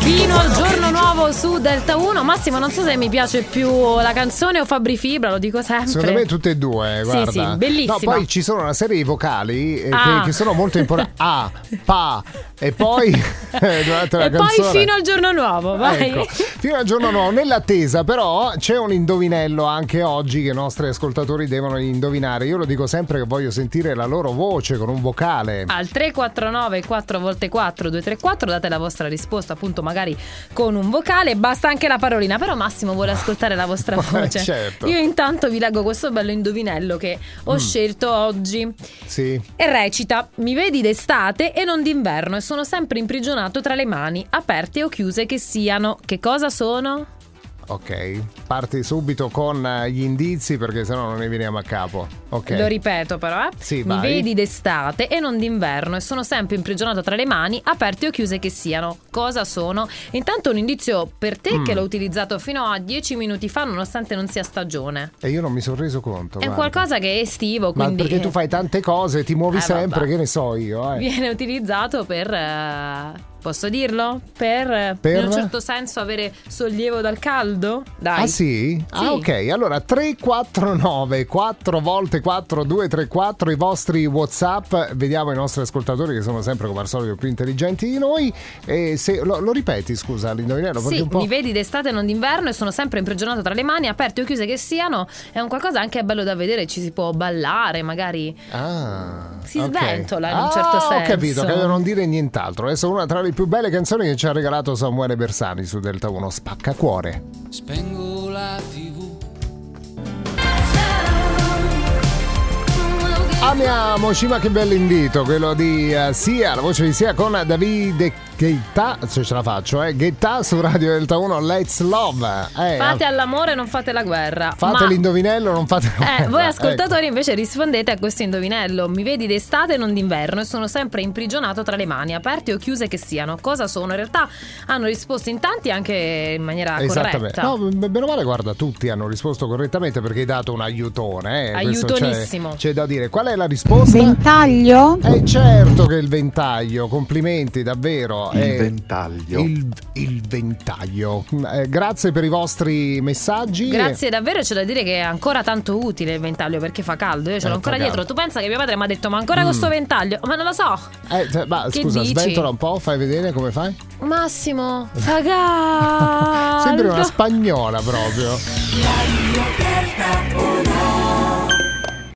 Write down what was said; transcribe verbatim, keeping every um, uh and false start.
Fino al giorno nuovo su Delta uno. Massimo, non so se mi piace più la canzone o Fabri Fibra, lo dico sempre. Secondo me tutte e due, guarda. Sì, sì, bellissima. No, poi ci sono una serie di vocali eh, Ah. che, che sono molto importanti. A, pa, e poi durante la E canzone. poi fino al giorno nuovo, vai. Ecco, fino al giorno nuovo. Nell'attesa però c'è un indovinello anche oggi che i nostri ascoltatori devono indovinare. Io lo dico sempre che voglio sentire la loro voce con un vocale. Al tre quattro nove quattro volte quattro due tre quattro date la vostra risposta, appunto magari con un vocale, basta anche la parolina, però Massimo vuole ascoltare la vostra voce. Certo. Io intanto vi leggo questo bello indovinello che ho Mm. scelto oggi. Sì. E recita: mi vedi d'estate e non d'inverno e sono sempre imprigionato tra le mani, aperte o chiuse che siano. Che cosa sono? Ok, parti subito con eh, gli indizi perché sennò non ne veniamo a capo. Ok. Lo ripeto però, eh. Sì, mi vai. vedi d'estate e non d'inverno e sono sempre imprigionato tra le mani, aperte o chiuse che siano. Cosa sono? Intanto un indizio per te Mm. che l'ho utilizzato fino a dieci minuti fa, nonostante non sia stagione. E io non mi sono reso conto. È guarda. qualcosa che è estivo, Ma quindi perché tu fai tante cose, ti muovi Eh, sempre, vabbè. che ne so io. Eh. viene utilizzato per eh, posso dirlo? Per, eh, Per? in un certo senso avere sollievo dal caldo? Dai. Ah sì? Ah ok, allora tre quattro nove quattro volte quattro due tre quattro i vostri WhatsApp, vediamo i nostri ascoltatori che sono sempre come al solito più intelligenti di noi. E se lo, lo ripeti, scusa, l'indovinello perché Sì, un po'. mi vedi d'estate e non d'inverno e sono sempre imprigionato tra le mani, aperte o chiuse che siano. È un qualcosa anche bello da vedere, ci si può ballare, magari Ah, si ok. sventola in un Ah, certo senso. Ho capito, che non dire nient'altro. Adesso una tra le più belle canzoni che ci ha regalato Samuele Bersani su Delta uno, Spacca Cuore. Spengo la tivù. Amiamoci, ma che bell'invito quello di uh, Sia, la voce di Sia con Davide Guetta, se ce la faccio, eh, Guetta su Radio Delta uno, Let's Love. Eh, Fate all'amore, non fate la guerra. Fate Ma l'indovinello, non fate la Eh, guerra. voi ascoltatori Ecco. invece rispondete a questo indovinello. Mi vedi d'estate e non d'inverno e sono sempre imprigionato tra le mani, aperte o chiuse che siano. Cosa sono? In realtà hanno risposto in tanti anche in maniera Esattamente. corretta. No, b- bene o male, guarda, tutti hanno risposto correttamente perché hai dato un aiutone. Eh. Questo Aiutonissimo. C'è, c'è da dire. Qual è la risposta? Ventaglio? Eh certo che è il ventaglio, complimenti davvero. Il Eh, ventaglio. Il, il ventaglio. Eh, grazie per i vostri messaggi. Grazie davvero, c'è da dire che è ancora tanto utile il ventaglio perché fa caldo. Io ce l'ho Eh, ancora fa dietro. caldo. Tu pensa che mio padre mi ha detto: ma ancora con sto ventaglio? Ma non lo so. Eh, cioè, ma Che scusa, dici? sventola un po', fai vedere come fai. Massimo, fa caldo. Sembri una spagnola proprio. Radio Delta